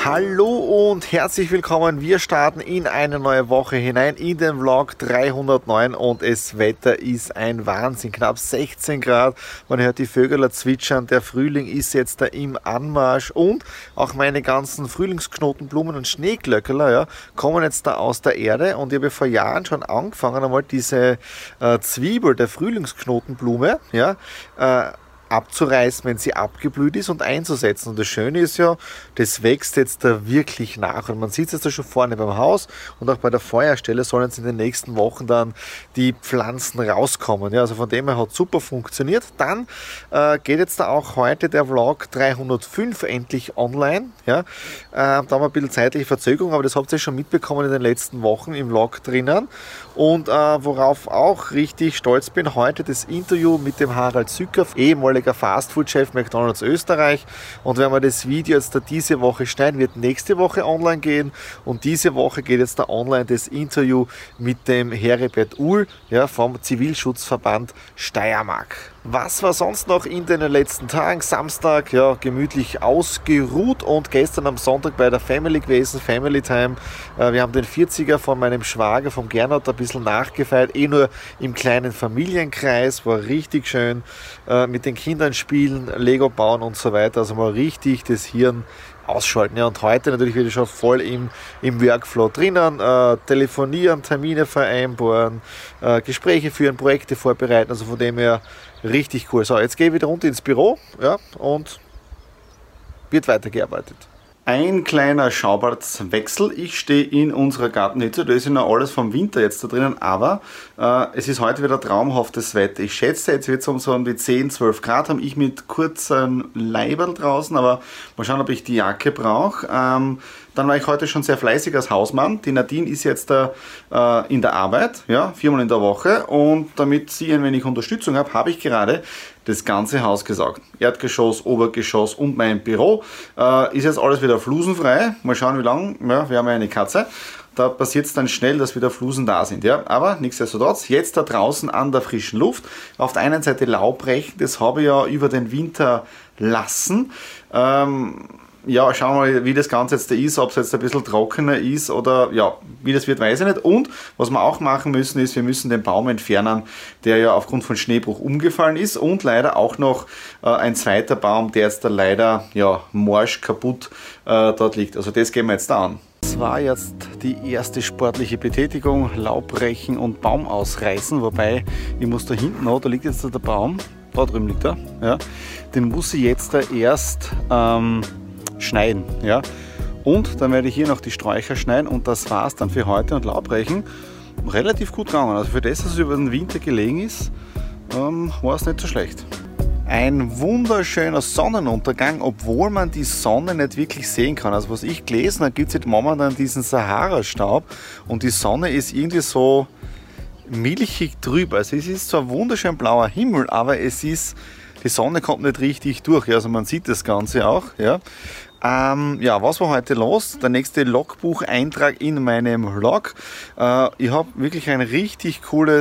Hallo und herzlich willkommen. Wir starten in eine neue Woche hinein in den Vlog 309 und das Wetter ist ein Wahnsinn. Knapp 16 Grad, man hört die Vögel zwitschern, der Frühling ist jetzt da im Anmarsch und auch meine ganzen Frühlingsknotenblumen und Schneeglöckler kommen jetzt da aus der Erde und ich habe vor Jahren schon angefangen, einmal diese Zwiebel der Frühlingsknotenblume abzureißen, wenn sie abgeblüht ist und einzusetzen. Und das Schöne ist ja, das wächst jetzt da wirklich nach. Und man sieht es jetzt da schon vorne beim Haus und auch bei der Feuerstelle sollen jetzt in den nächsten Wochen dann die Pflanzen rauskommen. Ja, also von dem her hat super funktioniert. Dann geht jetzt da auch heute der Vlog 305 endlich online. Ja, da haben wir ein bisschen zeitliche Verzögerung, aber das habt ihr schon mitbekommen in den letzten Wochen im Vlog drinnen. Und worauf auch richtig stolz bin, heute das Interview mit dem Harald Sücker, ehemaliger Fastfood-Chef McDonald's Österreich. Und wenn wir das Video jetzt da diese Woche schneiden, wird nächste Woche online gehen. Und diese Woche geht jetzt da online das Interview mit dem Heribert Uhl vom Zivilschutzverband Steiermark. Was war sonst noch in den letzten Tagen? Samstag, gemütlich ausgeruht und gestern am Sonntag bei der Family gewesen, Family Time. Wir haben den 40er von meinem Schwager, vom Gernot, ein bisschen nachgefeiert, nur im kleinen Familienkreis, war richtig schön, mit den Kindern spielen, Lego bauen und so weiter, also mal richtig das Hirn ausschalten. Ja, und heute natürlich wieder schon voll im Workflow drinnen, telefonieren, Termine vereinbaren, Gespräche führen, Projekte vorbereiten, also von dem her richtig cool. So, jetzt gehe ich wieder runter ins Büro und wird weitergearbeitet. Ein kleiner Schaubartswechsel. Ich stehe in unserer Gartenhütte, da ist ja noch alles vom Winter jetzt da drinnen, aber es ist heute wieder traumhaftes Wetter. Ich schätze, jetzt wird es so um die 10, 12 Grad haben. Ich mit kurzen Leiberl draußen, aber mal schauen, ob ich die Jacke brauche. Dann war ich heute schon sehr fleißig als Hausmann. Die Nadine ist jetzt in der Arbeit, 4-mal in der Woche. Und damit sie ein wenig Unterstützung hat, habe ich gerade das ganze Haus gesaugt. Erdgeschoss, Obergeschoss und mein Büro. Ist jetzt alles wieder flusenfrei. Mal schauen, wie lange. Ja, wir haben ja eine Katze. Da passiert es dann schnell, dass wieder Flusen da sind. Ja? Aber nichtsdestotrotz, jetzt da draußen an der frischen Luft. Auf der einen Seite Laub brechen, das habe ich ja über den Winter lassen. Ja, schauen wir mal, wie das Ganze jetzt da ist, ob es jetzt ein bisschen trockener ist oder wie das wird, weiß ich nicht. Und was wir auch machen müssen, ist, wir müssen den Baum entfernen, der ja aufgrund von Schneebruch umgefallen ist und leider auch noch ein zweiter Baum, der jetzt da leider morsch kaputt dort liegt. Also das gehen wir jetzt da an. Das war jetzt die erste sportliche Betätigung, Laubbrechen und Baum ausreißen, wobei ich muss da hinten noch, da liegt jetzt der Baum, da drüben liegt er, den muss ich jetzt da erst schneiden, und dann werde ich hier noch die Sträucher schneiden und das war's dann für heute. Und Laubbrechen relativ gut gegangen, also für das, dass es über den Winter gelegen ist, war es nicht so schlecht. Ein wunderschöner Sonnenuntergang, obwohl man die Sonne nicht wirklich sehen kann. Also was ich gelesen habe, gibt es jetzt momentan diesen Sahara-Staub und die Sonne ist irgendwie so milchig drüber. Also es ist zwar wunderschön blauer Himmel, aber die Sonne kommt nicht richtig durch. Also man sieht das Ganze auch. Was war heute los? Der nächste Logbucheintrag in meinem Log. Ich habe wirklich eine richtig coole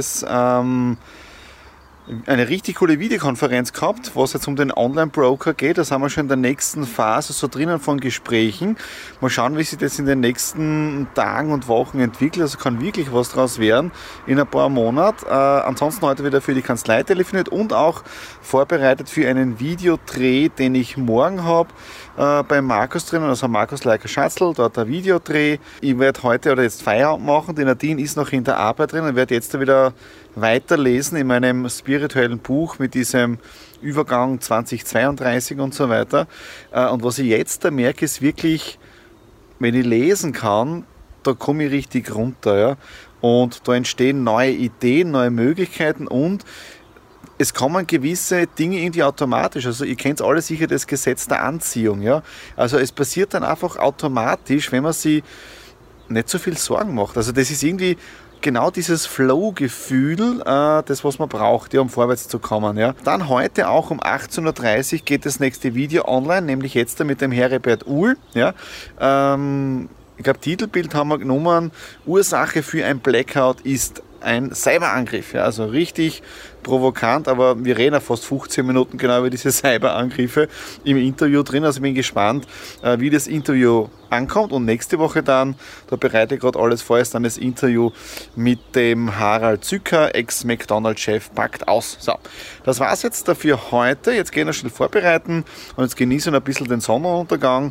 Videokonferenz gehabt, was jetzt um den Online-Broker geht. Da sind wir schon in der nächsten Phase so drinnen von Gesprächen. Mal schauen, wie sich das in den nächsten Tagen und Wochen entwickelt. Also kann wirklich was draus werden in ein paar Monaten. Ansonsten heute wieder für die Kanzlei telefoniert und auch vorbereitet für einen Videodreh, den ich morgen habe bei Markus drinnen, also Markus Leiker-Schatzl, dort ein Videodreh. Ich werde heute oder jetzt Feierabend machen. Die Nadine ist noch in der Arbeit drin und werde jetzt wieder weiterlesen in meinem spirituellen Buch mit diesem Übergang 2032 und so weiter. Und was ich jetzt da merke, ist wirklich, wenn ich lesen kann, da komme ich richtig runter. Und da entstehen neue Ideen, neue Möglichkeiten und es kommen gewisse Dinge irgendwie automatisch. Also ihr kennt alle sicher das Gesetz der Anziehung. Also es passiert dann einfach automatisch, wenn man sich nicht so viel Sorgen macht. Also das ist irgendwie genau dieses Flow-Gefühl, das was man braucht, um vorwärts zu kommen. Dann heute auch um 18:30 Uhr geht das nächste Video online, nämlich jetzt mit dem Heribert Uhl. Ich glaube, Titelbild haben wir genommen, Ursache für ein Blackout ist ein Cyberangriff. Ja, also richtig provokant, aber wir reden ja fast 15 Minuten genau über diese Cyberangriffe im Interview drin. Also ich bin gespannt, wie das Interview ankommt. Und nächste Woche dann, da bereite ich gerade alles vor, ist dann das Interview mit dem Harald Zücker, Ex-McDonald's-Chef, packt aus. So, das war's jetzt dafür heute. Jetzt gehen wir schnell vorbereiten und jetzt genießen wir ein bisschen den Sonnenuntergang.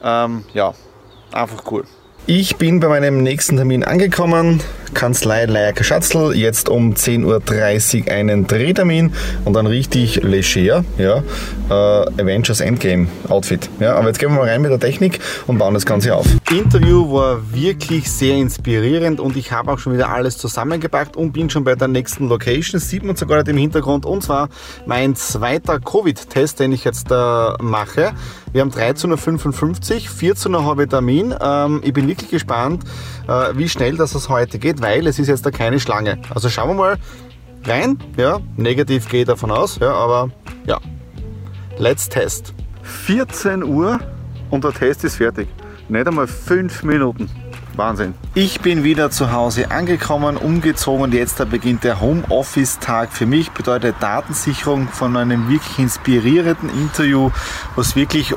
Ja, einfach cool. Ich bin bei meinem nächsten Termin angekommen, Kanzlei Leier Schatzl, jetzt um 10.30 Uhr einen Drehtermin und dann richtig leger, ja, Avengers Endgame Outfit. Ja, aber jetzt gehen wir mal rein mit der Technik und bauen das Ganze auf. Interview war wirklich sehr inspirierend und ich habe auch schon wieder alles zusammengepackt und bin schon bei der nächsten Location, das sieht man sogar nicht im Hintergrund, und zwar mein zweiter Covid-Test, den ich jetzt mache. Wir haben 13.55 Uhr, 14 Uhr habe ich Termin. Ich bin wirklich gespannt, wie schnell das heute geht, weil es ist jetzt da keine Schlange. Also schauen wir mal rein. Ja, negativ gehe ich davon aus, ja, aber ja, let's test. 14 Uhr und der Test ist fertig. Nicht einmal 5 Minuten. Wahnsinn. Ich bin wieder zu Hause angekommen, umgezogen und jetzt beginnt der Homeoffice-Tag für mich. Bedeutet Datensicherung von einem wirklich inspirierenden Interview, was wirklich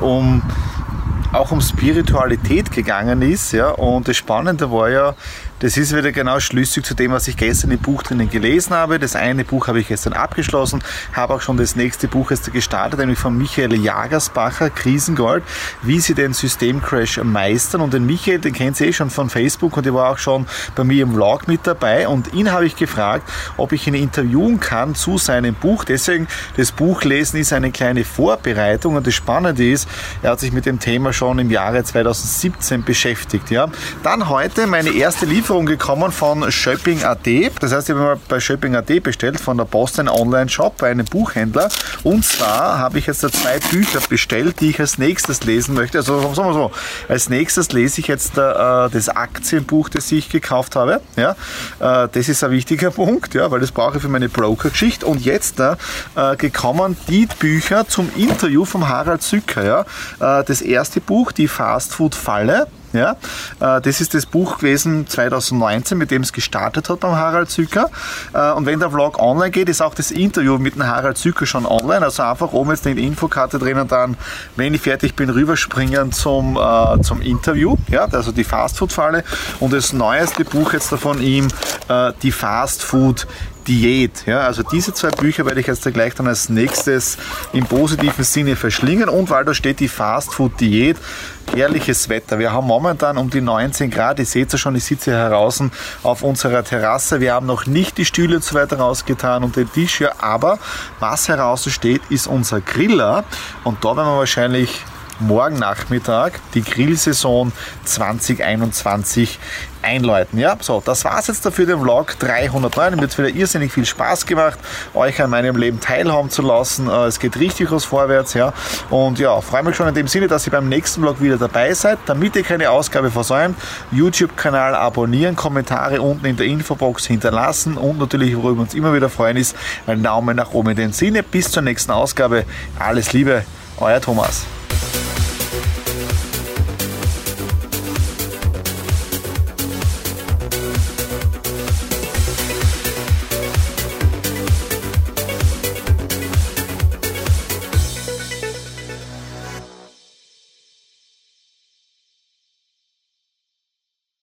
auch um Spiritualität gegangen ist. Ja. Und das Spannende war ja, das ist wieder genau schlüssig zu dem, was ich gestern im Buch drinnen gelesen habe. Das eine Buch habe ich gestern abgeschlossen, habe auch schon das nächste Buch jetzt gestartet, nämlich von Michael Jagersbacher, Krisengold, wie sie den Systemcrash meistern. Und den Michael, den kennt ihr schon von Facebook und der war auch schon bei mir im Vlog mit dabei. Und ihn habe ich gefragt, ob ich ihn interviewen kann zu seinem Buch. Deswegen, das Buch lesen ist eine kleine Vorbereitung und das Spannende ist, er hat sich mit dem Thema schon im Jahre 2017 beschäftigt. Ja. Dann heute meine erste Lieferung gekommen von Shopping.at. Das heißt, ich habe mal bei Shopping.at bestellt, von der Post, ein Online-Shop bei einem Buchhändler. Und zwar habe ich jetzt 2 Bücher bestellt, die ich als nächstes lesen möchte. Also sagen wir so, als nächstes lese ich jetzt das Aktienbuch, das ich gekauft habe. Ja, das ist ein wichtiger Punkt, ja, weil das brauche ich für meine Broker-Geschichte. Und jetzt gekommen die Bücher zum Interview vom Harald Zücker. Ja. Das erste Buch, die Fastfood-Falle. Ja, das ist das Buch gewesen 2019, mit dem es gestartet hat beim Harald Zücker. Und wenn der Vlog online geht, ist auch das Interview mit dem Harald Zücker schon online. Also einfach oben jetzt in die Infokarte drinnen dann, wenn ich fertig bin, rüberspringen zum Interview. Ja, also die Fastfood-Falle. Und das neueste Buch jetzt von ihm, die Fastfood-Diät. Ja, also diese 2 Bücher werde ich jetzt gleich dann als nächstes im positiven Sinne verschlingen. Und weil da steht die Fastfood-Diät, herrliches Wetter. Wir haben momentan um die 19 Grad. Ihr seht ja schon, ich sitze hier draußen auf unserer Terrasse. Wir haben noch nicht die Stühle und so weiter rausgetan und den Tisch hier. Aber was heraus steht, ist unser Griller. Und da werden wir wahrscheinlich morgen Nachmittag die Grillsaison 2021 einläuten. Ja, so, das war's jetzt dafür, den Vlog 309. Mir hat wieder irrsinnig viel Spaß gemacht, euch an meinem Leben teilhaben zu lassen. Es geht richtig was vorwärts, ja. Und ja, freue mich schon in dem Sinne, dass ihr beim nächsten Vlog wieder dabei seid. Damit ihr keine Ausgabe versäumt, YouTube-Kanal abonnieren, Kommentare unten in der Infobox hinterlassen und natürlich, worüber wir uns immer wieder freuen, ist ein Daumen nach oben in dem Sinne. Bis zur nächsten Ausgabe. Alles Liebe, euer Thomas.